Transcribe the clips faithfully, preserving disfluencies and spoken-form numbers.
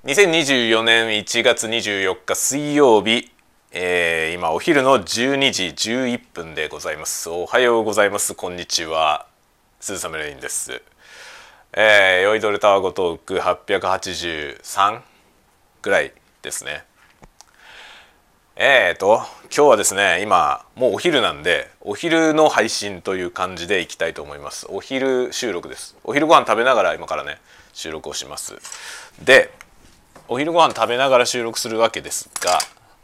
にせんにじゅうよねんいちがつにじゅうよっか水曜日、えー、今お昼のじゅうにじじゅういっぷんでございます。おはようございます、こんにちは、鈴雨レインです。えー、酔いどれタワゴトークはっぴゃくはちじゅうさんぐらいですね。えーと今日はですね、今もうお昼なんで、お昼の配信という感じでいきたいと思います。お昼収録です。お昼ご飯食べながら今からね収録をします。でお昼ご飯食べながら収録するわけですが、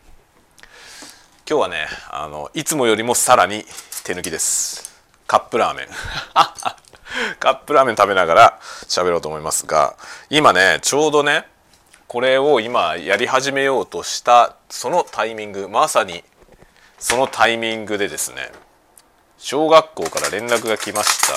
今日はね、あのいつもよりもさらに手抜きです。カップラーメンカップラーメン食べながら喋ろうと思いますが、今ねちょうどねこれを今やり始めようとしたそのタイミング、まさにそのタイミングでですね、小学校から連絡が来ました。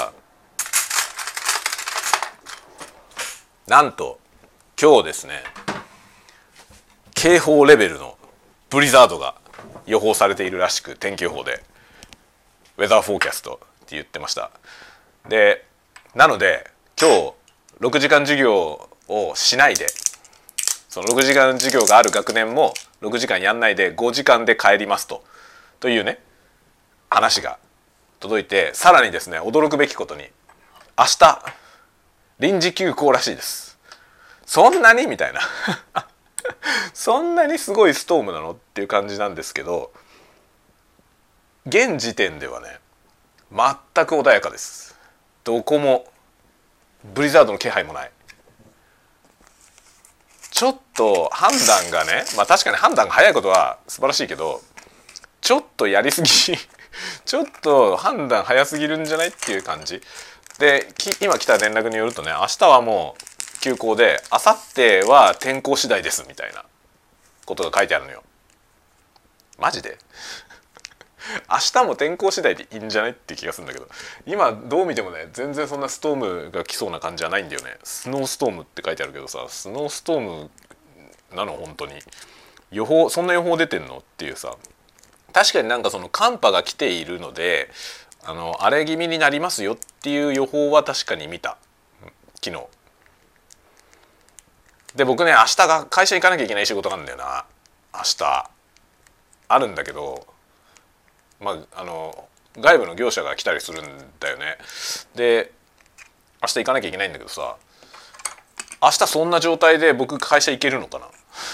なんと今日ですね、警報レベルのブリザードが予報されているらしく、天気予報でウェザーフォーキャストって言ってました。でなので今日ろくじかん授業をしないで、そのろくじかん授業がある学年もろくじかんやんないでごじかんで帰りますとというね話が届いて、さらにですね驚くべきことに明日臨時休校らしいです。そんなにみたいなそんなにすごいストームなのっていう感じなんですけど、現時点ではね全く穏やかです。どこもブリザードの気配もない。ちょっと判断がね、まあ確かに判断が早いことは素晴らしいけど、ちょっとやりすぎちょっと判断早すぎるんじゃないっていう感じで、今来た連絡によるとね、明日はもう休校で、明後日は天候次第ですみたいなことが書いてあるのよ。マジで明日も天候次第でいいんじゃないって気がするんだけど、今どう見てもね全然そんなストームが来そうな感じじゃないんだよね。スノーストームって書いてあるけどさ、スノーストームなの本当に？予報、そんな予報出てんのっていうさ。確かになんかその寒波が来ているので、あの荒れ気味になりますよっていう予報は確かに見た、昨日で。僕ね明日が会社行かなきゃいけない仕事があるんだよな。明日あるんだけど、まああの外部の業者が来たりするんだよね。で明日行かなきゃいけないんだけどさ、明日そんな状態で僕会社行けるのかな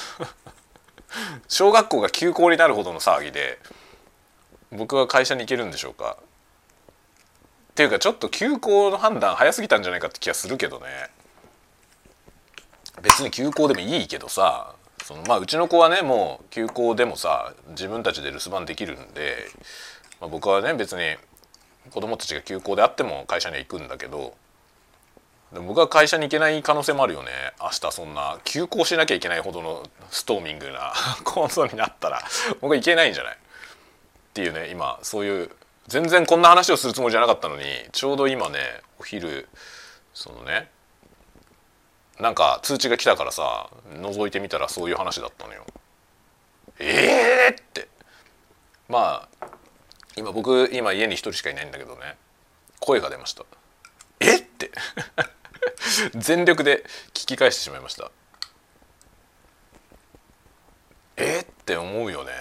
小学校が休校になるほどの騒ぎで僕は会社に行けるんでしょうか。っていうかちょっと休校の判断早すぎたんじゃないかって気がするけどね。別に休校でもいいけどさ、そのまあうちの子はねもう休校でもさ自分たちで留守番できるんで、まあ、僕はね別に子供たちが休校であっても会社には行くんだけど、でも僕は会社に行けない可能性もあるよね。明日そんな休校しなきゃいけないほどのストーミングな構造になったら僕は行けないんじゃないっていうね。今そういう全然こんな話をするつもりじゃなかったのに、ちょうど今ねお昼そのねなんか通知が来たからさ覗いてみたらそういう話だったのよ。えーって、まあ今僕今家に一人しかいないんだけどね、声が出ました。えって全力で聞き返してしまいました。えって思うよね。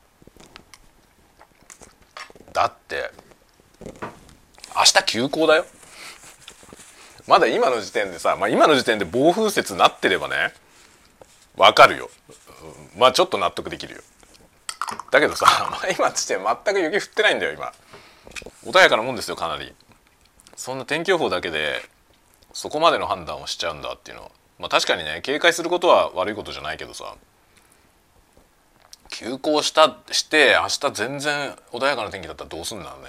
だって明日休校だよ。まだ今の時点でさ、まあ、今の時点で暴風雪なってればねわかるよ。まあちょっと納得できるよ。だけどさ、まあ、今の時点全く雪降ってないんだよ。今穏やかなもんですよ、かなり。そんな天気予報だけでそこまでの判断をしちゃうんだっていうのは、まあ確かにね警戒することは悪いことじゃないけどさ、休校したして明日全然穏やかな天気だったらどうすんだろうね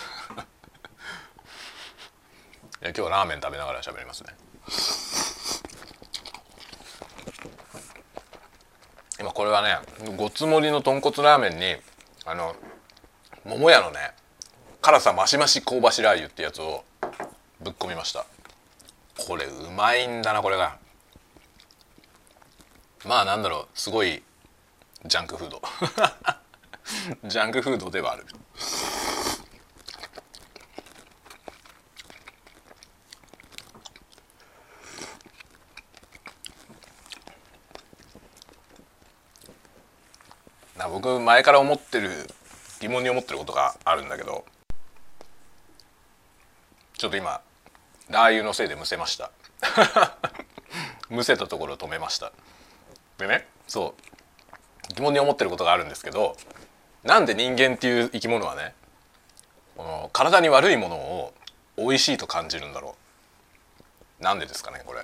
いや今日はラーメン食べながら喋りますね。今これはねごつ盛りの豚骨ラーメンにあの桃屋のね辛さマシマシ香ばしラー油ってやつをぶっ込みました。これうまいんだなこれが。まあなんだろう、すごいジャンクフードジャンクフードではある。 僕前から思ってる疑問に思ってることがあるんだけど、ちょっと今ラー油のせいでむせましたむせたところを止めました。でね、そう疑問に思ってることがあるんですけど、なんで人間っていう生き物はね、この体に悪いものを美味しいと感じるんだろう。なんでですかねこれ。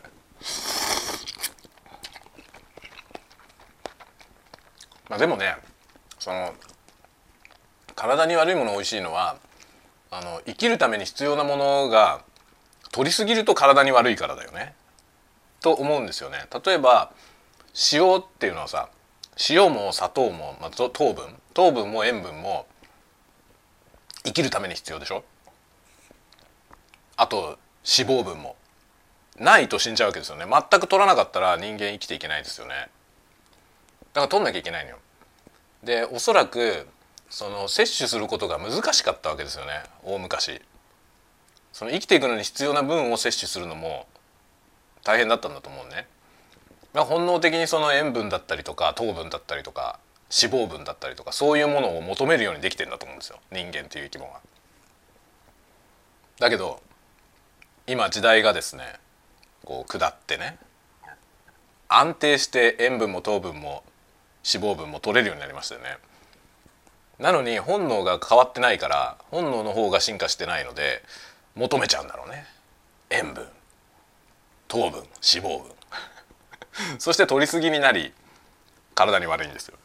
まあでもね、その体に悪いもの美味しいのは、あの生きるために必要なものが取りすぎると体に悪いからだよねと思うんですよね。例えば塩っていうのはさ、塩も砂糖も、まあ、糖分糖分も塩分も生きるために必要でしょ。あと脂肪分もないと死んじゃうわけですよね。全く取らなかったら人間生きていけないですよね。だから取んなきゃいけないのよ。でおそらくその摂取することが難しかったわけですよね、大昔。その生きていくのに必要な分を摂取するのも大変だったんだと思うね。まあ、本能的にその塩分だったりとか糖分だったりとか脂肪分だったりとかそういうものを求めるようにできてるんだと思うんですよ、人間っていう生き物は。だけど今時代がですねこう下ってね、安定して塩分も糖分も脂肪分も取れるようになりましたよね。なのに本能が変わってないから、本能の方が進化してないので求めちゃうんだろうね。塩分、糖分、脂肪分そして取りすぎになり体に悪いんですよ。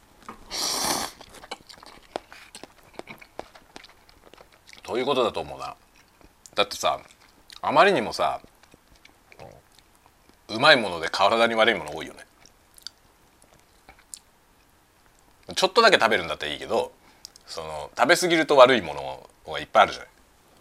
ということだと思うな。だってさ、あまりにもさうまいもので体に悪いもの多いよね。ちょっとだけ食べるんだったらいいけど、その食べ過ぎると悪いものがいっぱいあるじゃない。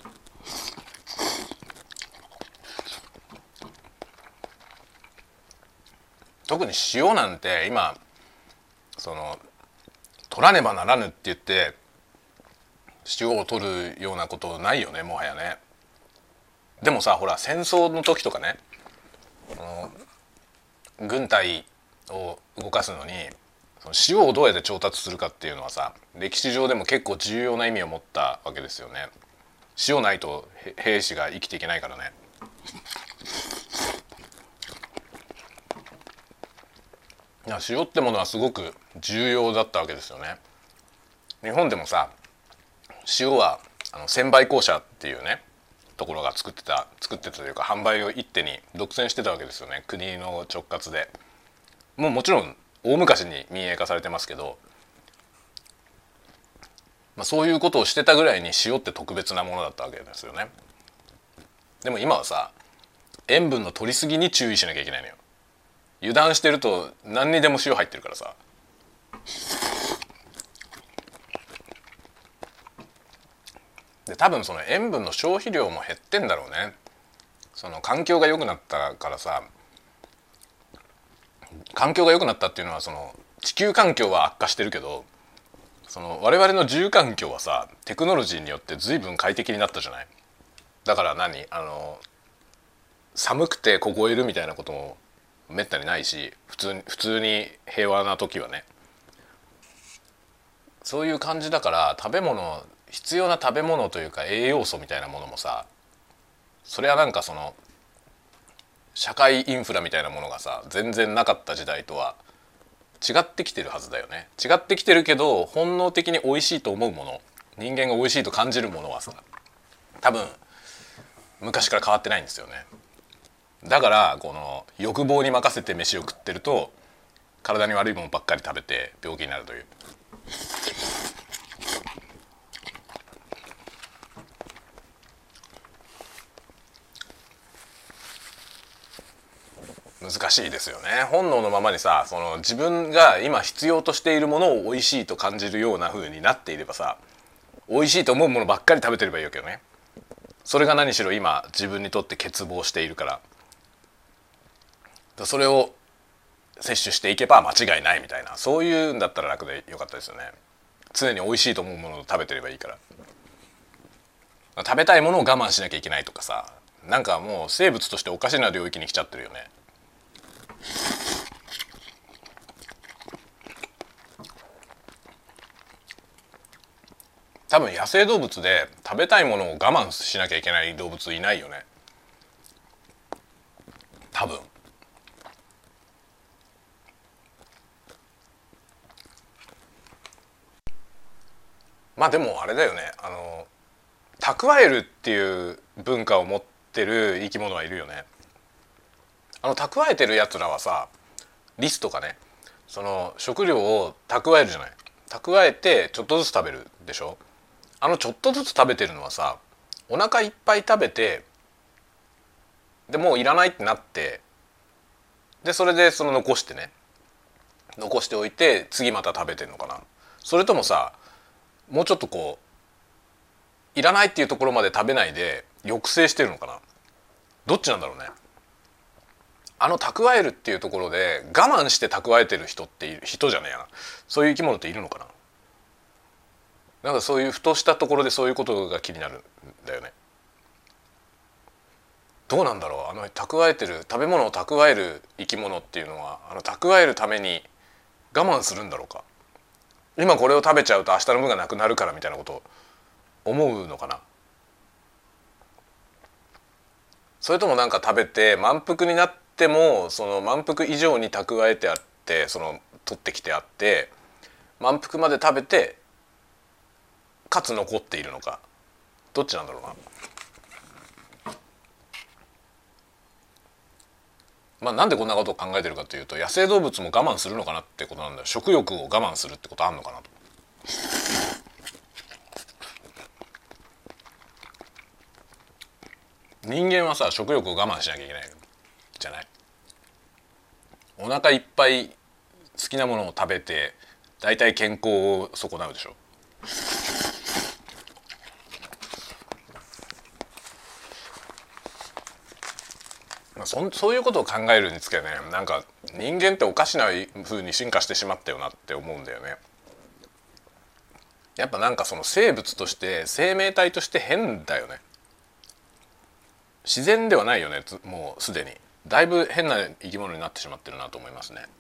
特に塩なんて今その取らねばならぬって言って塩を取るようなことないよね、もはやね。でもさ、ほら戦争の時とかね、あの軍隊を動かすのにその塩をどうやって調達するかっていうのはさ、歴史上でも結構重要な意味を持ったわけですよね。塩ないと兵士が生きていけないからね。いや、塩ってものはすごく重要だったわけですよね。日本でもさ、塩はあの専売公社っていうねところが作ってた作ってたというか販売を一手に独占してたわけですよね、国の直轄で。もうもちろん大昔に民営化されてますけど、まあ、そういうことをしてたぐらいに塩って特別なものだったわけですよね。でも今はさ、塩分の取りすぎに注意しなきゃいけないのよ。油断してると何にでも塩入ってるからさ。で多分その塩分の消費量も減ってんだろうね。その環境が良くなったからさ、環境が良くなったっていうのはその地球環境は悪化してるけど、その我々の住環境はさテクノロジーによって随分快適になったじゃない。だから何あの寒くて凍えるみたいなこともめったにないし、普通に普通に平和な時はね、そういう感じだから、食べ物必要な食べ物というか栄養素みたいなものもさ、それはなんかその社会インフラみたいなものがさ全然なかった時代とは違ってきてるはずだよね。違ってきてるけど本能的に美味しいと思うもの、人間が美味しいと感じるものはさ多分昔から変わってないんですよね。だからこの欲望に任せて飯を食ってると体に悪いものばっかり食べて病気になるという。難しいですよね。本能のままにさ、その自分が今必要としているものを美味しいと感じるような風になっていればさ、美味しいと思うものばっかり食べてればいいわけどね。それが何しろ今自分にとって欠乏しているから、それを摂取していけば間違いないみたいな、そういうんだったら楽でよかったですよね。常に美味しいと思うものを食べてればいいから。食べたいものを我慢しなきゃいけないとかさ、なんかもう生物としておかしな領域に来ちゃってるよね。 多分野生動物で食べたいものを我慢しなきゃいけない動物いないよね多分。まあでもあれだよね、あの蓄えるっていう文化を持ってる生き物はいるよね。あの蓄えてるやつらはさ、リスとかね、その食料を蓄えるじゃない。蓄えてちょっとずつ食べるでしょ。あのちょっとずつ食べてるのはさ、お腹いっぱい食べて、でもういらないってなって、でそれでその残してね、残しておいて次また食べてんのかな。それともさ、もうちょっとこういらないっていうところまで食べないで抑制してるのかな。どっちなんだろうね。あの蓄えるっていうところで我慢して蓄えてる人っている、人じゃねえやな、そういう生き物っているのかな。なんかそういうふとしたところでそういうことが気になるんだよね。どうなんだろう、あの蓄えてる食べ物を蓄える生き物っていうのは、あの蓄えるために我慢するんだろうか。今これを食べちゃうと明日の分がなくなるからみたいなことを思うのかな。それともなんか食べて満腹になってもその満腹以上に蓄えてあって、その取ってきてあって満腹まで食べてかつ残っているのか、どっちなんだろうな。まあなんでこんなことを考えてるかというと、野生動物も我慢するのかなってことなんだよ。食欲を我慢するってことあんのかなと。人間はさ、食欲を我慢しなきゃいけないじゃない。お腹いっぱい好きなものを食べてだいたい健康を損なうでしょ。まあ、そ, そういうことを考えるにつけね、なんか人間っておかしな風に進化してしまったよなって思うんだよね。やっぱなんかその生物として生命体として変だよね。自然ではないよね。もうすでにだいぶ変な生き物になってしまってるなと思いますね。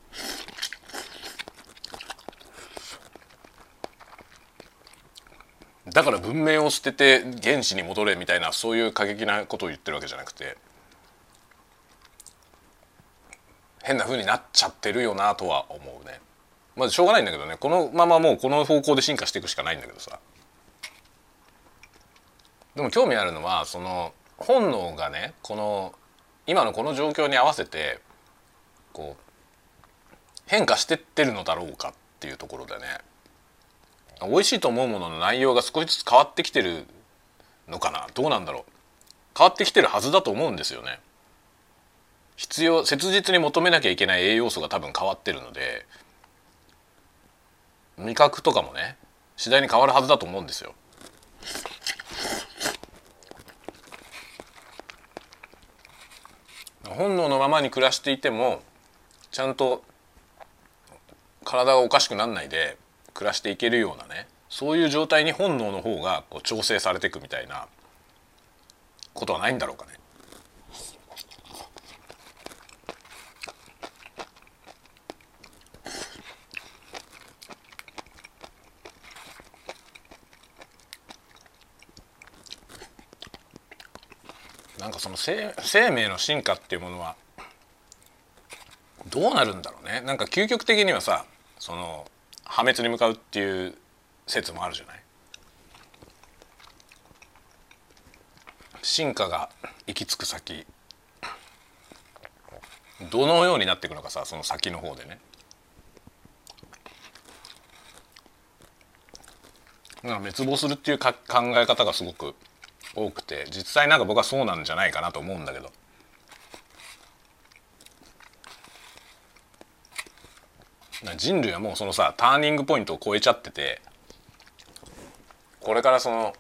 だから文明を捨てて原始に戻れみたいな、そういう過激なことを言ってるわけじゃなくて、変な風になっちゃってるよなとは思うね。まあしょうがないんだけどね、このままもうこの方向で進化していくしかないんだけどさ。でも興味あるのは、その本能がね、この今のこの状況に合わせてこう変化してってるのだろうかっていうところでね、美味しいと思うものの内容が少しずつ変わってきてるのかな。どうなんだろう。変わってきてるはずだと思うんですよね。必要切実に求めなきゃいけない栄養素が多分変わってるので、味覚とかもね次第に変わるはずだと思うんですよ。本能のままに暮らしていてもちゃんと体がおかしくならないで暮らしていけるようなね、そういう状態に本能の方がこう調整されていくみたいなことはないんだろうかね。なんかその 生, 生命の進化っていうものはどうなるんだろうね。なんか究極的にはさ、その破滅に向かうっていう説もあるじゃない。進化が行き着く先、どのようになっていくのかさ、その先の方でね。なんか滅亡するっていうか考え方がすごく多くて、実際なんか僕はそうなんじゃないかなと思うんだけど、人類はもうそのさターニングポイントを超えちゃってて、これからその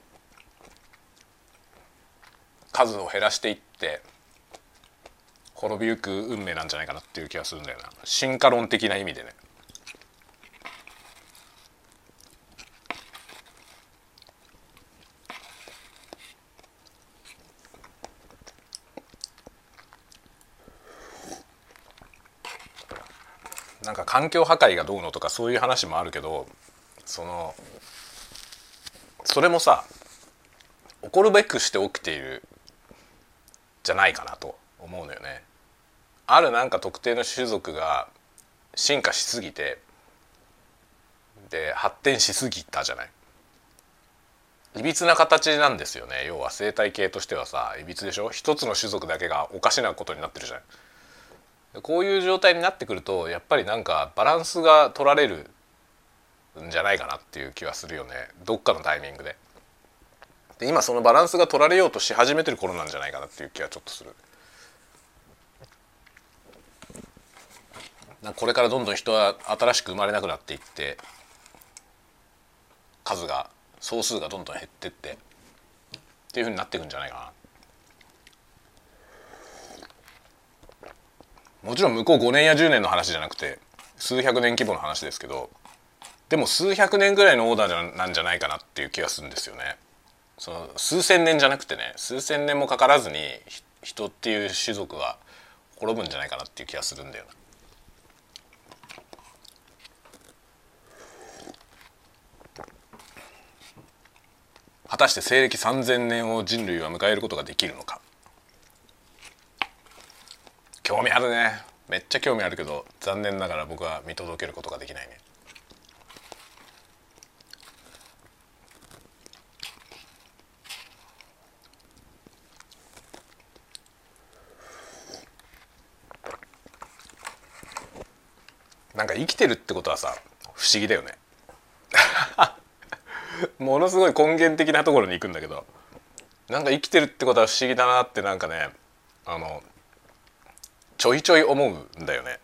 数を減らしていって滅びゆく運命なんじゃないかなっていう気がするんだよな、進化論的な意味でね。なんか環境破壊がどうのとかそういう話もあるけど、そのそそれもさ起こるべくして起きているじゃないかなと思うのよね。あるなんか特定の種族が進化しすぎてで発展しすぎたじゃない。いびつな形なんですよね。要は生態系としてはさいびつでしょ。一つの種族だけがおかしなことになってるじゃない。こういう状態になってくるとやっぱりなんかバランスが取られるんじゃないかなっていう気はするよね。どっかのタイミングで。で今そのバランスが取られようとし始めてる頃なんじゃないかなっていう気はちょっとする。これからどんどん人は新しく生まれなくなっていって数が総数がどんどん減ってってっていう風になっていくんじゃないかな。もちろん向こうごねんやじゅうねんの話じゃなくて数百年規模の話ですけど、でも数百年ぐらいのオーダーなんじゃないかなっていう気がするんですよね。その数千年じゃなくてね、数千年もかからずに人っていう種族は滅ぶんじゃないかなっていう気がするんだよな。果たして西暦さんぜんねんを人類は迎えることができるのか。興味あるね。めっちゃ興味あるけど残念ながら僕は見届けることができないね。なんか生きてるってことはさ不思議だよね。ものすごい根源的なところに行くんだけど、なんか生きてるってことは不思議だなってなんかねあのちょいちょい思うんだよね。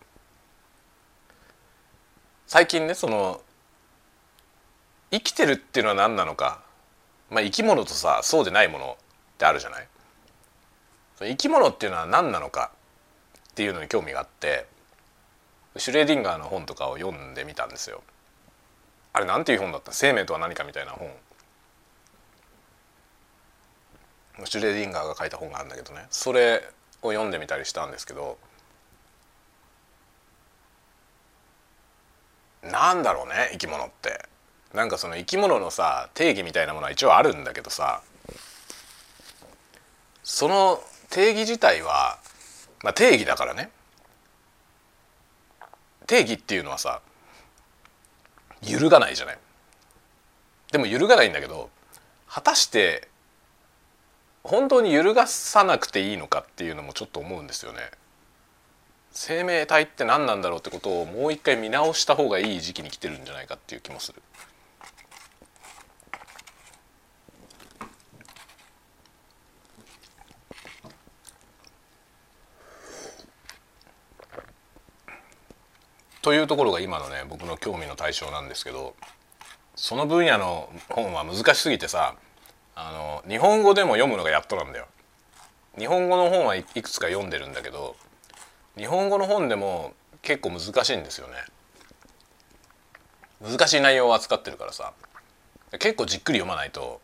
最近ねその生きてるっていうのは何なのか、まあ生き物とさそうでないものってあるじゃない。生き物っていうのは何なのかっていうのに興味があってシュレーディンガーの本とかを読んでみたんですよ。あれなんていう本だった？生命とは何かみたいな本。シュレーディンガーが書いた本があるんだけどね、それを読んでみたりしたんですけど、なんだろうね生き物って。なんかその生き物のさ定義みたいなものは一応あるんだけどさ、その定義自体はまあ定義だからね。定義っていうのはさ揺るがないじゃない。でも揺るがないんだけど果たして本当に揺るがさなくていいのかっていうのもちょっと思うんですよね。生命体って何なんだろうってことをもう一回見直した方がいい時期に来てるんじゃないかっていう気もする。というところが今のね僕の興味の対象なんですけど、その分野の本は難しすぎてさあの日本語でも読むのがやっとなんだよ。日本語の本はいくつか読んでるんだけど日本語の本でも結構難しいんですよね。難しい内容を扱ってるからさ結構じっくり読まないと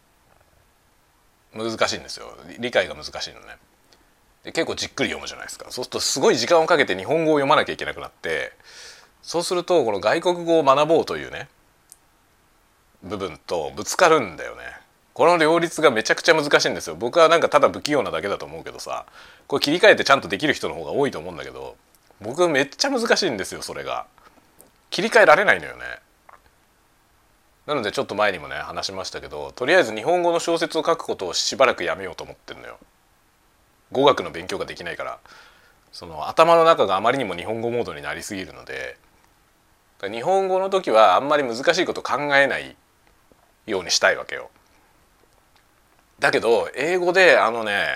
難しいんですよ。理解が難しいのね。で結構じっくり読むじゃないですか。そうするとすごい時間をかけて日本語を読まなきゃいけなくなって、そうするとこの外国語を学ぼうというね部分とぶつかるんだよね。この両立がめちゃくちゃ難しいんですよ。僕はなんかただ不器用なだけだと思うけどさ、これ切り替えてちゃんとできる人の方が多いと思うんだけど、僕めっちゃ難しいんですよ。それが切り替えられないのよね。なのでちょっと前にもね話しましたけど、とりあえず日本語の小説を書くことをしばらくやめようと思ってるのよ。語学の勉強ができないから、その頭の中があまりにも日本語モードになりすぎるので、日本語の時はあんまり難しいこと考えないようにしたいわけよ。だけど英語であのね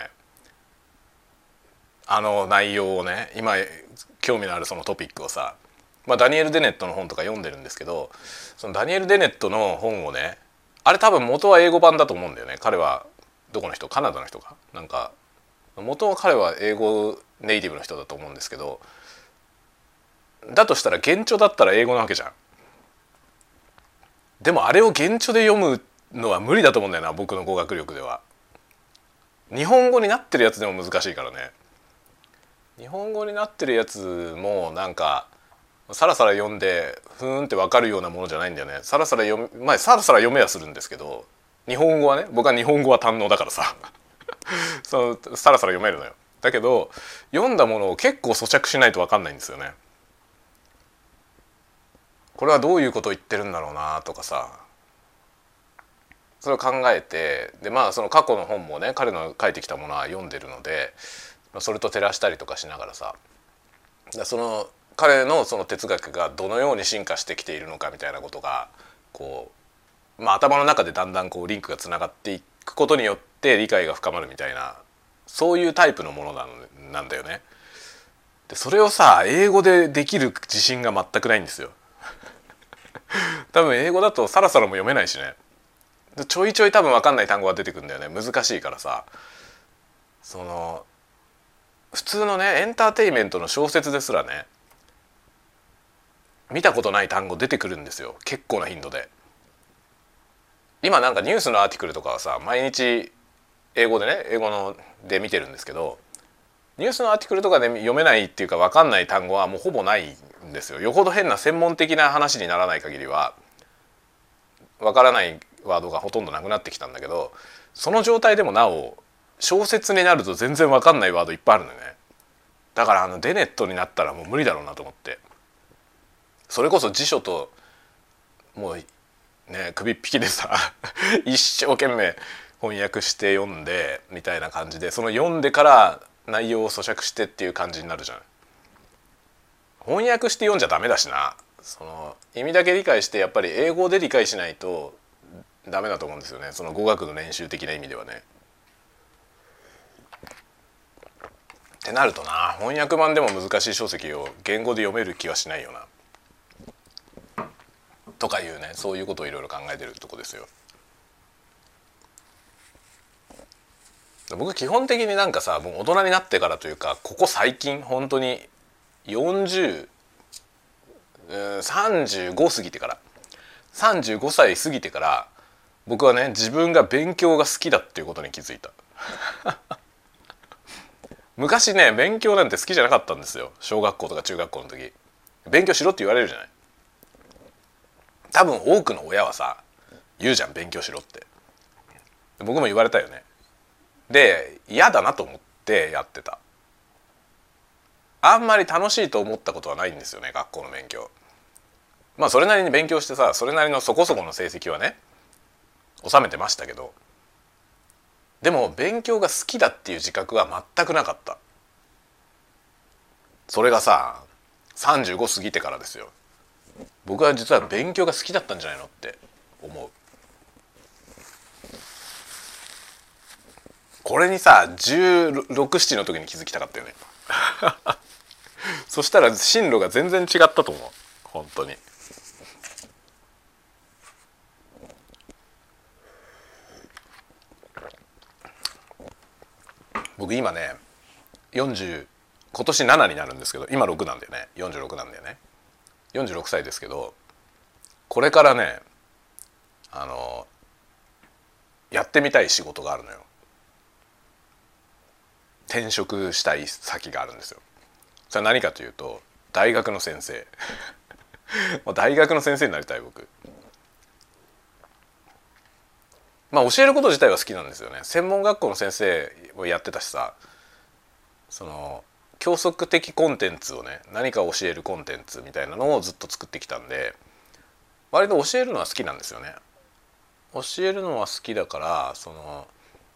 あの内容をね今興味のあるそのトピックをさ、まあ、ダニエル・デネットの本とか読んでるんですけど、そのダニエル・デネットの本をねあれ多分元は英語版だと思うんだよね。彼はどこの人？カナダの人かなんか元は彼は英語ネイティブの人だと思うんですけど、だとしたら原著だったら英語なわけじゃん。でもあれを原著で読むのは無理だと思うんだよな僕の語学力では。日本語になってるやつでも難しいからね。日本語になってるやつもなんかさらさら読んでふーんって分かるようなものじゃないんだよね。さらさら読め、まあ、さらさら読めはするんですけど日本語はね、僕は日本語は堪能だからさそのさらさら読めるのよ。だけど読んだものを結構咀嚼しないと分かんないんですよね。これはどういうことを言ってるんだろうなとかさ、それを考えて、でまあその過去の本もね彼の書いてきたものは読んでるので、それと照らしたりとかしながらさ、その彼のその哲学がどのように進化してきているのかみたいなことがこう、まあ、頭の中でだんだんこうリンクがつながっていくことによって理解が深まるみたいな、そういうタイプのものなのなんだよね。でそれをさ英語でできる自信が全くないんですよ多分英語だとさらさらも読めないしね。ちょいちょい多分分かんない単語が出てくるんだよね。難しいからさ、その普通のねエンターテインメントの小説ですらね見たことない単語出てくるんですよ、結構な頻度で。今なんかニュースのアーティクルとかはさ毎日英語でね英語ので見てるんですけど、ニュースのアーティクルとかで読めないっていうか分かんない単語はもうほぼないんですよ。よほど変な専門的な話にならない限りは分からないワードがほとんどなくなってきたんだけど、その状態でもなお小説になると全然分かんないワードいっぱいあるのよね。だからあのデネットになったらもう無理だろうなと思って、それこそ辞書ともうね首っ引きでさ一生懸命翻訳して読んでみたいな感じで、その読んでから内容を咀嚼してっていう感じになるじゃん。翻訳して読んじゃダメだしな、その意味だけ理解してやっぱり英語で理解しないとダメだと思うんですよね、その語学の練習的な意味ではね。ってなるとな、翻訳版でも難しい書籍を言語で読める気はしないよなとかいうね、そういうことをいろいろ考えてるとこですよ。僕基本的になんかさ、もう大人になってからというかここ最近本当によんじゅう、さんじゅうご過ぎてからさんじゅうごさい過ぎてから僕はね自分が勉強が好きだっていうことに気づいた昔ね勉強なんて好きじゃなかったんですよ。小学校とか中学校の時勉強しろって言われるじゃない。多分多くの親はさ言うじゃん、勉強しろって。僕も言われたよね。で嫌だなと思ってやってた。あんまり楽しいと思ったことはないんですよね、学校の勉強。まあそれなりに勉強してさ、それなりのそこそこの成績はね収めてましたけど、でも勉強が好きだっていう自覚は全くなかった。それがささんじゅうご過ぎてからですよ。僕は実は勉強が好きだったんじゃないのって思う。これにさじゅうろく、ななの時に気づきたかったよねそしたら進路が全然違ったと思う本当に。僕今ねよんじゅう今年ななになるんですけど、今ろくなんだよね。よんじゅうろくなんだよね。よんじゅうろくさいですけど、これからねあのやってみたい仕事があるのよ。転職したい先があるんですよ。それは何かというと大学の先生大学の先生になりたい僕。まあ教えること自体は好きなんですよね。専門学校の先生をやってたしさ、その教則的コンテンツをね、何か教えるコンテンツみたいなのをずっと作ってきたんで、割と教えるのは好きなんですよね。教えるのは好きだから、その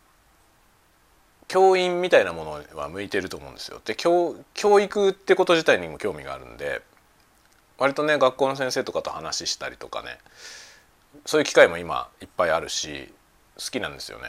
教員みたいなものは向いてると思うんですよ。で 教, 教育ってこと自体にも興味があるんで、割とね学校の先生とかと話したりとかね、そういう機会も今いっぱいあるし好きなんですよね。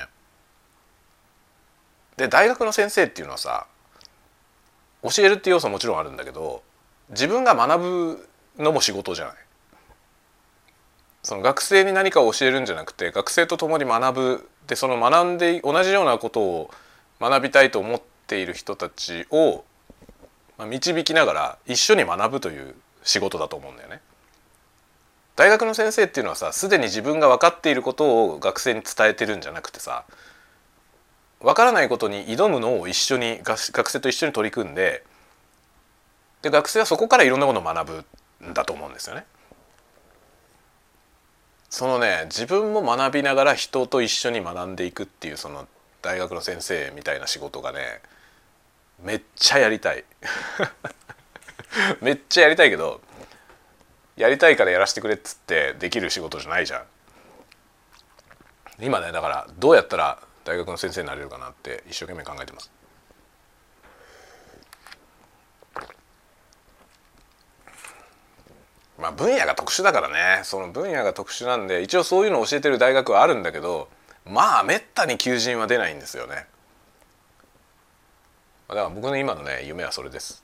で大学の先生っていうのはさ、教えるって要素はもちろんあるんだけど、自分が学ぶのも仕事じゃない。その学生に何かを教えるんじゃなくて、学生と共に学ぶ。でその学んで同じようなことを学びたいと思っている人たちを導きながら一緒に学ぶという仕事だと思うんだよね。大学の先生っていうのはさ、すでに自分が分かっていることを学生に伝えてるんじゃなくてさ、分からないことに挑むのを一緒に学生と一緒に取り組んで、で学生はそこからいろんなことを学ぶんだと思うんですよね。 そのね自分も学びながら人と一緒に学んでいくっていうその大学の先生みたいな仕事がねめっちゃやりたいめっちゃやりたいけど、やりたいからやらせてくれっつってできる仕事じゃないじゃん。今ねだからどうやったら大学の先生になれるかなって一生懸命考えてます。まあ分野が特殊だからね、その分野が特殊なんで一応そういうのを教えてる大学はあるんだけど、まあめったに求人は出ないんですよね。だから僕の今のね夢はそれです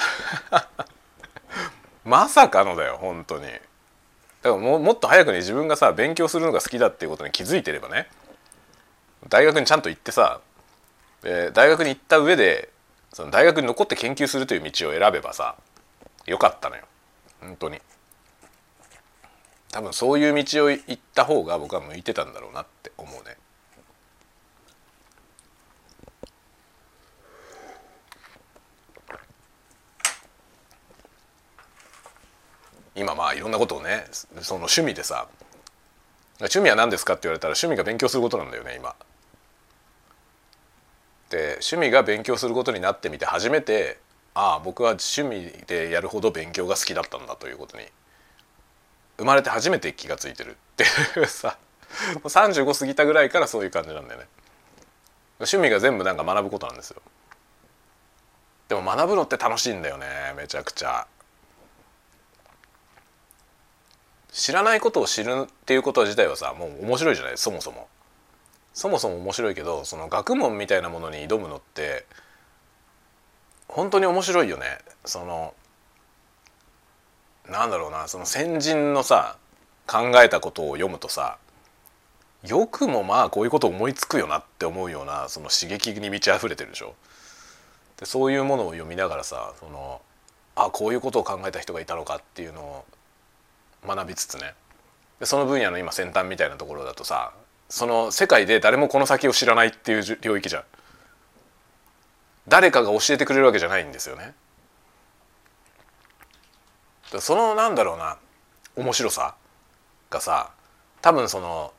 まさかのだよ本当に。だからももっと早くに自分がさ勉強するのが好きだっていうことに気づいてればね、大学にちゃんと行ってさ、で大学に行った上でその大学に残って研究するという道を選べばさよかったのよ本当に。多分そういう道を行った方が僕は向いてたんだろうなって思うね。今まあいろんなことをねその趣味でさ、趣味は何ですかって言われたら趣味が勉強することなんだよね今。で趣味が勉強することになってみて初めて、ああ僕は趣味でやるほど勉強が好きだったんだということに生まれて初めて気がついてるっていうささんじゅうご過ぎたぐらいからそういう感じなんだよね。趣味が全部なんか学ぶことなんですよ。でも学ぶのって楽しいんだよねめちゃくちゃ。知らないことを知るっていうこと自体はさもう面白いじゃない。そもそもそもそも面白いけど、その学問みたいなものに挑むのって本当に面白いよね。そのなんだろうな、その先人のさ考えたことを読むとさ、よくもまあこういうこと思いつくよなって思うようなその刺激に満ち溢れてるでしょ。でそういうものを読みながらさ、そのあこういうことを考えた人がいたのかっていうのを学びつつね、でその分野の今先端みたいなところだとさ、その世界で誰もこの先を知らないっていう領域じゃん。誰かが教えてくれるわけじゃないんですよね。そのなんだろうな面白さがさ、多分その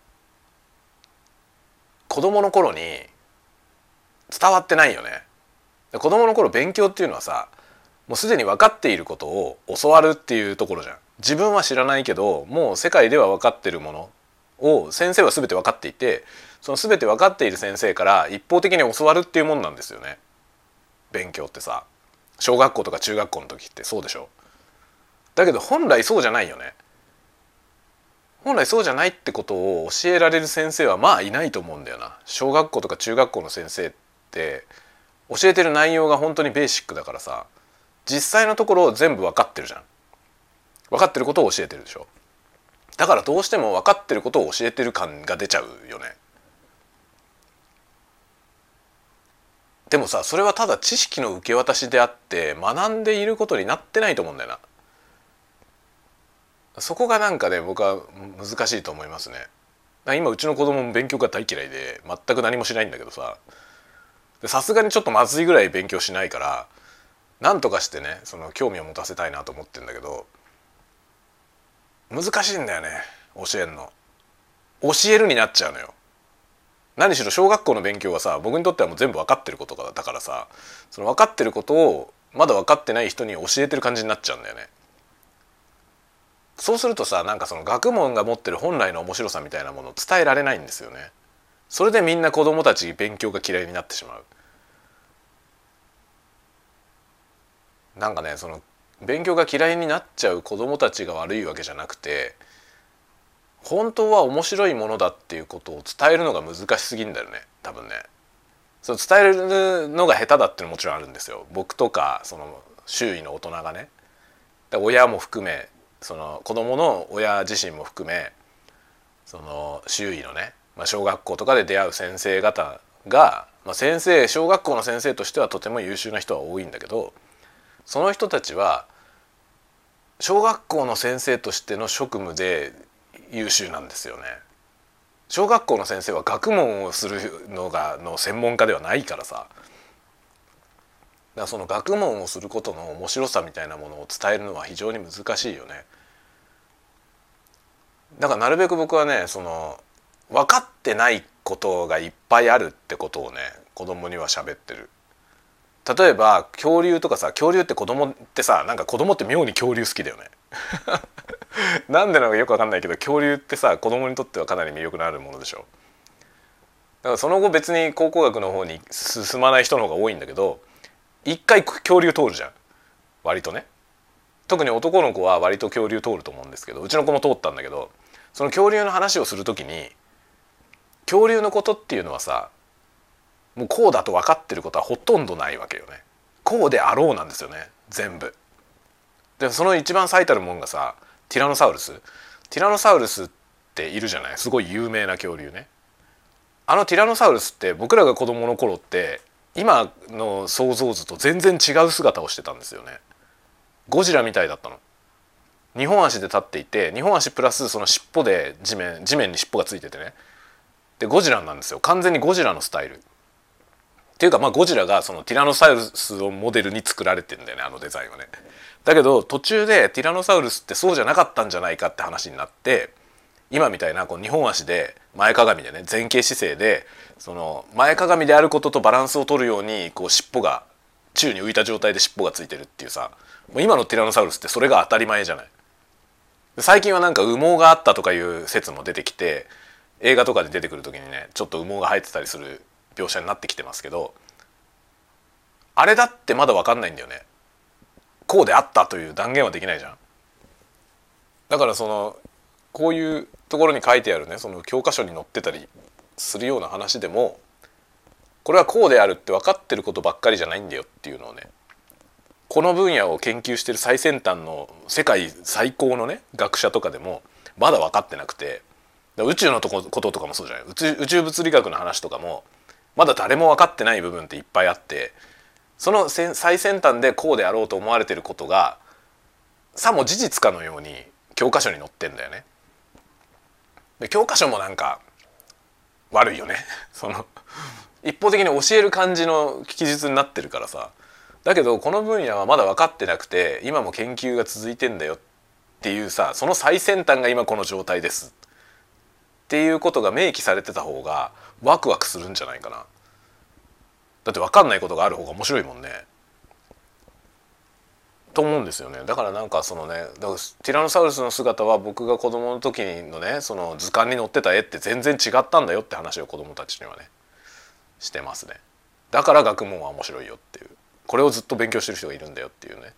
子供の頃に伝わってないよね。子供の頃勉強っていうのはさもうすでに分かっていることを教わるっていうところじゃん。自分は知らないけどもう世界では分かってるものを先生は全て分かっていて、その全て分かっている先生から一方的に教わるっていうもんなんですよね勉強ってさ。小学校とか中学校の時ってそうでしょ。だけど本来そうじゃないよね。本来そうじゃないってことを教えられる先生はまあいないと思うんだよな。小学校とか中学校の先生って教えてる内容が本当にベーシックだからさ、実際のところ全部分かってるじゃん。分かってることを教えてるでしょ。だからどうしても分かってることを教えてる感が出ちゃうよね。でもさそれはただ知識の受け渡しであって学んでいることになってないと思うんだよな。そこがなんかね僕は難しいと思いますね。今うちの子供も勉強が大嫌いで全く何もしないんだけどさ、さすがにちょっとまずいぐらい勉強しないからなんとかしてねその興味を持たせたいなと思ってるんだけど、難しいんだよね教えるの。教えるになっちゃうのよ。何しろ小学校の勉強はさ僕にとってはもう全部分かってることだからさ、その分かってることをまだ分かってない人に教えてる感じになっちゃうんだよね。そうするとさなんかその学問が持ってる本来の面白さみたいなものを伝えられないんですよね。それでみんな子供たち勉強が嫌いになってしまう。なんかねその勉強が嫌いになっちゃう子供たちが悪いわけじゃなくて、本当は面白いものだっていうことを伝えるのが難しすぎんだよね多分ね。その伝えるのが下手だっていうのももちろんあるんですよ。僕とかその周囲の大人がね、親も含めその子供の親自身も含めその周囲のね、まあ、小学校とかで出会う先生方が、まあ、先生小学校の先生としてはとても優秀な人は多いんだけど、その人たちは小学校の先生としての職務で優秀なんですよね。小学校の先生は学問をするのがの専門家ではないからさ。だからその学問をすることの面白さみたいなものを伝えるのは非常に難しいよね。 だからなるべく僕はねその分かってないことがいっぱいあるってことをね子供には喋ってる。例えば恐竜とかさ、恐竜って子供ってさ、なんか子供って妙に恐竜好きだよねなんでなのかよく分かんないけど、恐竜ってさ子供にとってはかなり魅力のあるものでしょ。だからその後別に考古学の方に進まない人の方が多いんだけど、一回恐竜通るじゃん割とね。特に男の子は割と恐竜通ると思うんですけど、うちの子も通ったんだけど、その恐竜の話をするときに恐竜のことっていうのはさ、もうこうだと分かってることはほとんどないわけよね。こうであろうなんですよね全部。でその一番最たるもんがさ、ティラノサウルスティラノサウルスっているじゃない、すごい有名な恐竜ね。あのティラノサウルスって僕らが子供の頃って今の想像図と全然違う姿をしてたんですよね。ゴジラみたいだったの。にほん足で立っていて、にほん足プラスその尻尾で地面地面に尻尾がついててね。でゴジラなんですよ、完全にゴジラのスタイルっていうか、まあゴジラがそのティラノサウルスをモデルに作られてんだよね、あのデザインはね。だけど途中でティラノサウルスってそうじゃなかったんじゃないかって話になって、今みたいなこうにほん足で前かがみでね、前傾姿勢でその前かがみであることとバランスを取るようにこう尻尾が宙に浮いた状態で尻尾がついてるっていうさ、もう今のティラノサウルスってそれが当たり前じゃない。最近はなんか羽毛があったとかいう説も出てきて、映画とかで出てくる時にねちょっと羽毛が生えてたりする描写になってきてますけど、あれだってまだ分かんないんだよね。こうであったという断言はできないじゃん。だからそのこういうところに書いてあるね、その教科書に載ってたりするような話でも、これはこうであるって分かってることばっかりじゃないんだよっていうのをね、この分野を研究してる最先端の世界最高のね学者とかでもまだ分かってなくて、宇宙のとここととかもそうじゃない、宇宙、宇宙物理学の話とかもまだ誰も分かってない部分っていっぱいあって、その最先端でこうであろうと思われてることがさも事実かのように教科書に載ってんだよね。で教科書もなんか悪いよねその一方的に教える感じの記述になってるからさ。だけどこの分野はまだ分かってなくて今も研究が続いてんだよっていうさ、その最先端が今この状態ですっていうことが明記されてた方がワクワクするんじゃないかな。だって分かんないことがある方が面白いもんねと思うんですよね。だからなんかそのね、だからティラノサウルスの姿は僕が子供の時のねその図鑑に載ってた絵って全然違ったんだよって話を子供たちにはねしてますね。だから学問は面白いよっていう、これをずっと勉強してる人がいるんだよっていうね。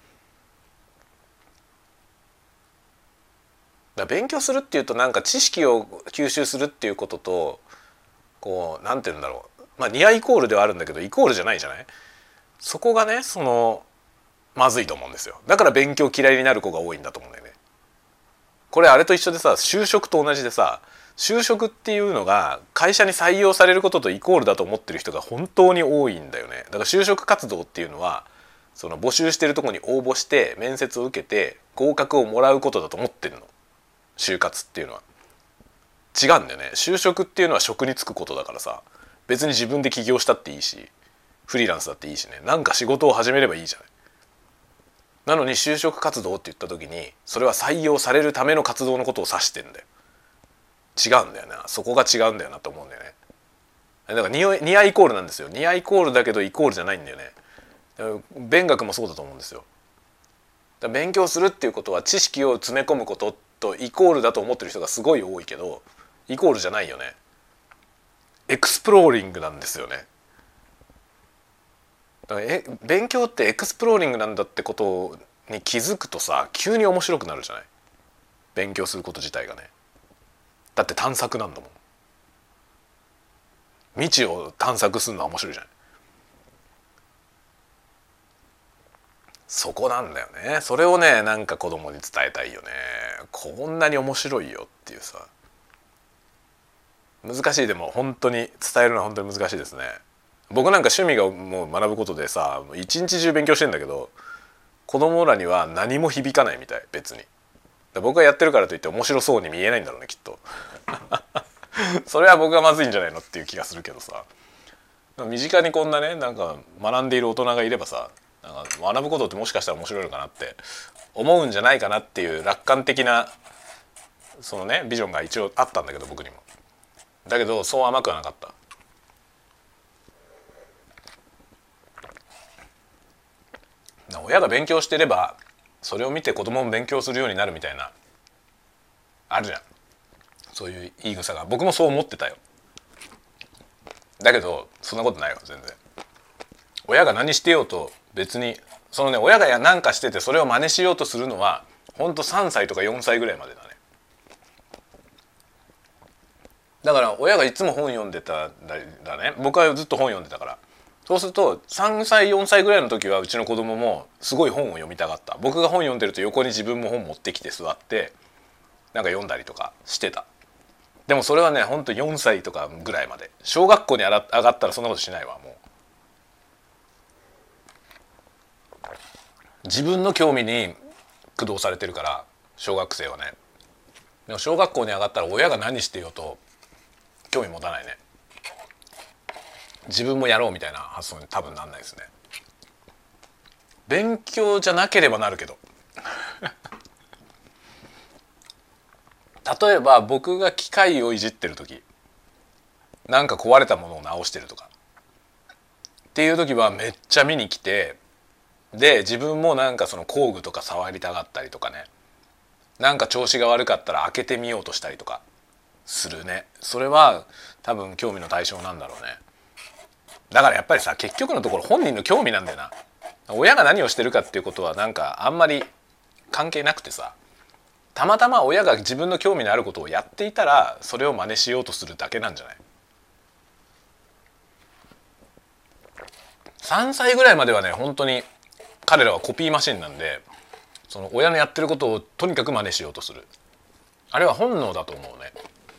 だ勉強するっていうとなんか知識を吸収するっていうこととこうなんて言うんだろう、まあニアイコールではあるんだけどイコールじゃないじゃない。そこがねそのまずいと思うんですよ。だから勉強嫌いになる子が多いんだと思うんだよね。これあれと一緒でさ、就職と同じでさ、就職っていうのが会社に採用されることとイコールだと思ってる人が本当に多いんだよね。だから就職活動っていうのはその募集してるところに応募して面接を受けて合格をもらうことだと思ってるの。就活っていうのは違うんだよね。就職っていうのは職に就くことだからさ、別に自分で起業したっていいしフリーランスだっていいしね、なんか仕事を始めればいいじゃない。なのに就職活動って言った時にそれは採用されるための活動のことを指してんだよ。違うんだよな、そこが違うんだよなと思うんだよね。だからニア、ニアイコールなんですよ。ニアイコールだけどイコールじゃないんだよね。勉学もそうだと思うんですよ。だから勉強するっていうことは知識を詰め込むこととイコールだと思ってる人がすごい多いけど、イコールじゃないよね。エクスプローリングなんですよね。だからえ勉強ってエクスプローリングなんだってことに気づくとさ、急に面白くなるじゃない。勉強すること自体がね。だって探索なんだもん。未知を探索するのは面白いじゃない。そこなんだよね。それをねなんか子供に伝えたいよね。こんなに面白いよっていうさ。難しい。でも本当に伝えるのは本当に難しいですね。僕なんか趣味がもう学ぶことでさ、一日中勉強してんだけど子供らには何も響かないみたい。別に僕がやってるからといって面白そうに見えないんだろうねきっとそれは僕がまずいんじゃないのっていう気がするけどさ、身近にこんなねなんか学んでいる大人がいればさ、なんか学ぶことってもしかしたら面白いのかなって思うんじゃないかなっていう楽観的なそのねビジョンが一応あったんだけど僕にも。だけどそう甘くはなかった。親が勉強してればそれを見て子供も勉強するようになるみたいなあるじゃん、そういう言い草が。僕もそう思ってたよ。だけどそんなことないよ全然。親が何してようと別にそのね親が何かしててそれを真似しようとするのはほんとさんさいとかよんさいぐらいまでだね。だから親がいつも本読んでたんだね。僕はずっと本読んでたから。そうするとさんさいよんさいぐらいの時はうちの子供もすごい本を読みたかった。僕が本読んでると横に自分も本持ってきて座ってなんか読んだりとかしてた。でもそれはねほんとよんさいとかぐらいまで。小学校に上がったらそんなことしないわ。もう自分の興味に駆動されてるから小学生はね。でも小学校に上がったら親が何してようと興味持たないね。自分もやろうみたいな発想に多分なんないですね。勉強じゃなければなるけど例えば僕が機械をいじってる時なんか壊れたものを直してるとかっていう時はめっちゃ見に来て、で自分もなんかその工具とか触りたがったりとかね、なんか調子が悪かったら開けてみようとしたりとかするね。それは多分興味の対象なんだろうね。だからやっぱりさ結局のところ本人の興味なんだよな。親が何をしてるかっていうことはなんかあんまり関係なくてさ、たまたま親が自分の興味のあることをやっていたらそれを真似しようとするだけなんじゃない。さんさいぐらいまではね本当に彼らはコピーマシンなんで、その親のやってることをとにかく真似しようとする。あれは本能だと思うね。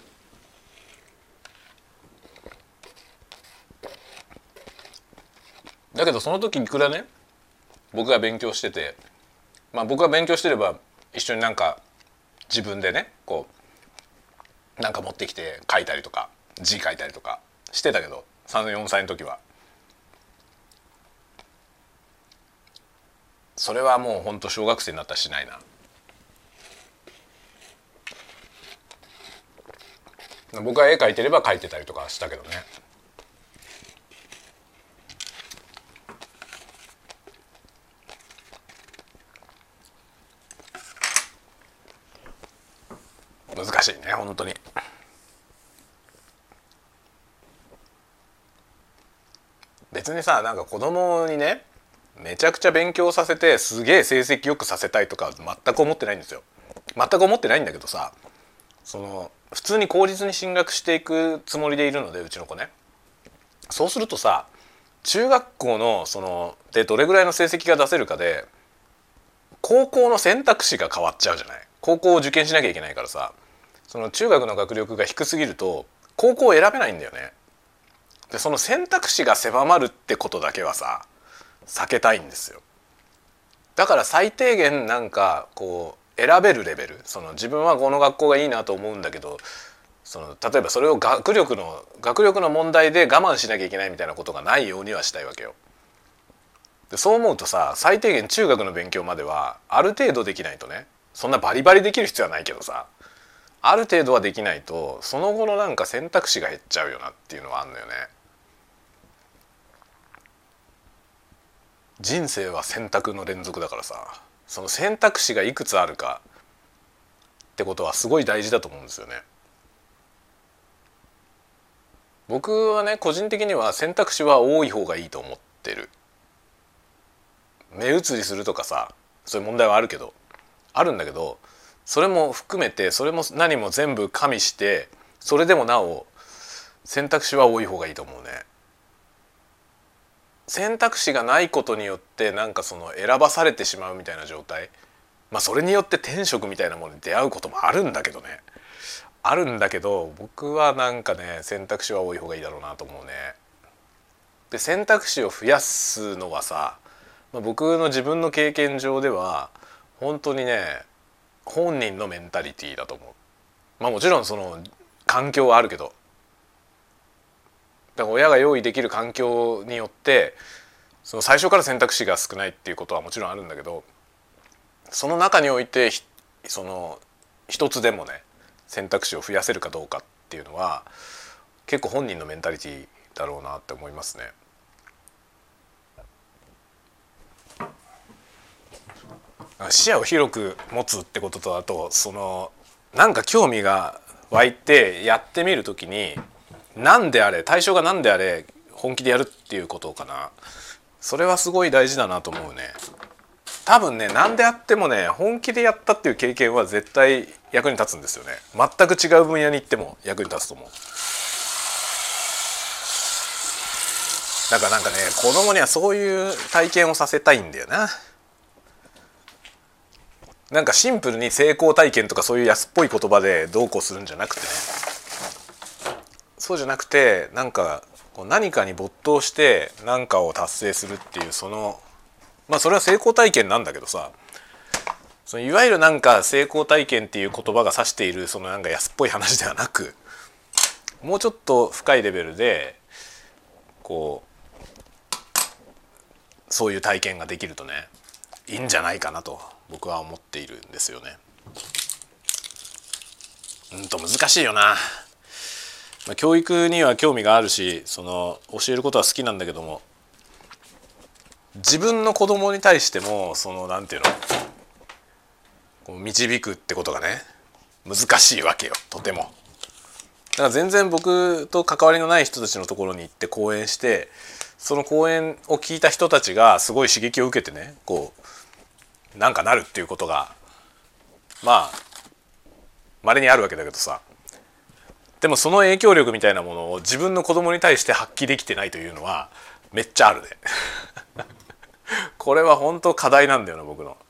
だけどその時いくらね僕が勉強してて、まあ僕が勉強してれば一緒になんか自分でねこうなんか持ってきて書いたりとか字書いたりとかしてたけど、さんよんさいの時はそれはもうほんと小学生になったらしないな。僕は絵描いてれば描いてたりとかしたけどね。難しいね本当に。別にさなんか子供にねめちゃくちゃ勉強させてすげえ成績よくさせたいとか全く思ってないんですよ。全く思ってないんだけどさ、その普通に公立に進学していくつもりでいるのでうちの子ね。そうするとさ中学校のそのでどれぐらいの成績が出せるかで高校の選択肢が変わっちゃうじゃない。高校を受験しなきゃいけないからさ、その中学の学力が低すぎると高校を選べないんだよね。でその選択肢が狭まるってことだけはさ避けたいんですよ。だから最低限なんかこう選べるレベル、その自分はこの学校がいいなと思うんだけど、その例えばそれを学力の学力の問題で我慢しなきゃいけないみたいなことがないようにはしたいわけよ。でそう思うとさ最低限中学の勉強まではある程度できないとね、そんなバリバリできる必要はないけどさある程度はできないとその後のなんか選択肢が減っちゃうよなっていうのはあんのよね。人生は選択の連続だからさ、その選択肢がいくつあるかってことはすごい大事だと思うんですよね。僕はね個人的には選択肢は多い方がいいと思ってる。目移りするとかさそういう問題はあるけどあるんだけど、それも含めてそれも何も全部加味してそれでもなお選択肢は多い方がいいと思うね。選択肢がないことによってなんかその選ばされてしまうみたいな状態、まあそれによって天職みたいなものに出会うこともあるんだけどね、あるんだけど僕はなんかね選択肢は多い方がいいだろうなと思うね。で選択肢を増やすのはさ、まあ、僕の自分の経験上では本当にね本人のメンタリティーだと思う。まあもちろんその環境はあるけど、だから親が用意できる環境によってその最初から選択肢が少ないっていうことはもちろんあるんだけど、その中においてその一つでもね選択肢を増やせるかどうかっていうのは結構本人のメンタリティだろうなって思いますね。視野を広く持つってことと、あとそのなんか興味が湧いてやってみるときに何であれ対象が何であれ本気でやるっていうことかな。それはすごい大事だなと思うね。多分ね何であってもね本気でやったっていう経験は絶対役に立つんですよね。全く違う分野に行っても役に立つと思う。だからなんかね子供にはそういう体験をさせたいんだよな。なんかシンプルに成功体験とかそういう安っぽい言葉でどうこうするんじゃなくてね、そうじゃなくてなんかこう何かに没頭して何かを達成するっていうそのまあそれは成功体験なんだけどさ、そのいわゆるなんか成功体験っていう言葉が指しているそのなんか安っぽい話ではなく、もうちょっと深いレベルでこうそういう体験ができるとねいいんじゃないかなと僕は思っているんですよね。うんと難しいよな。まあ、教育には興味があるしその教えることは好きなんだけども、自分の子供に対してもそのなんていうのこう導くってことがね難しいわけよ、とても。だから全然僕と関わりのない人たちのところに行って講演して、その講演を聞いた人たちがすごい刺激を受けてねこうなんかなるっていうことがまあ稀にあるわけだけどさ、でもその影響力みたいなものを自分の子供に対して発揮できてないというのはめっちゃあるねこれは本当課題なんだよな僕の。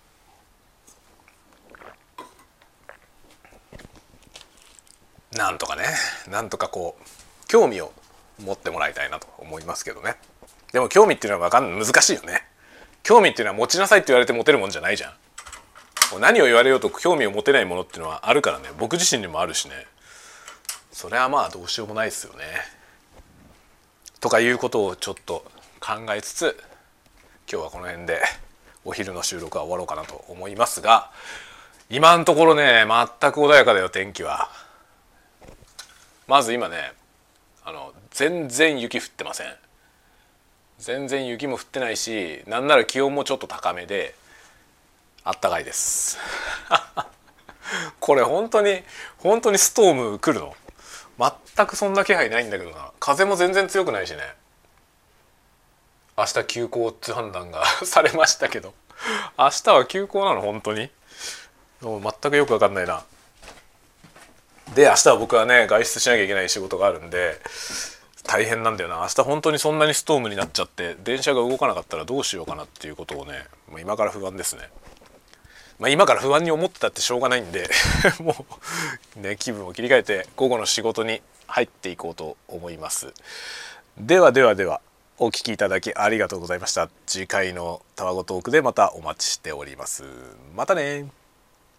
なんとかねなんとかこう興味を持ってもらいたいなと思いますけどね。でも興味っていうのは分かんない難しいよね。興味っていうのは持ちなさいって言われて持てるもんじゃないじゃん。何を言われようと興味を持てないものっていうのはあるからね。僕自身にもあるしね。それはまあどうしようもないですよね。とかいうことをちょっと考えつつ今日はこの辺でお昼の収録は終わろうかなと思いますが、今のところね全く穏やかだよ天気は。まず今ねあの全然雪降ってません。全然雪も降ってないし、なんなら気温もちょっと高めであったかいですこれ本当に本当にストーム来るの？全くそんな気配ないんだけどな。風も全然強くないしね。明日休校って判断がされましたけど明日は休校なの本当に？もう全くよく分かんないな。で明日は僕はね外出しなきゃいけない仕事があるんで大変なんだよな。明日本当にそんなにストームになっちゃって電車が動かなかったらどうしようかなっていうことをねもう今から不安ですね。まあ今から不安に思ってたってしょうがないんでもうね気分を切り替えて午後の仕事に入っていこうと思います。ではではではお聞きいただきありがとうございました。次回のたわごトークでまたお待ちしております。またね。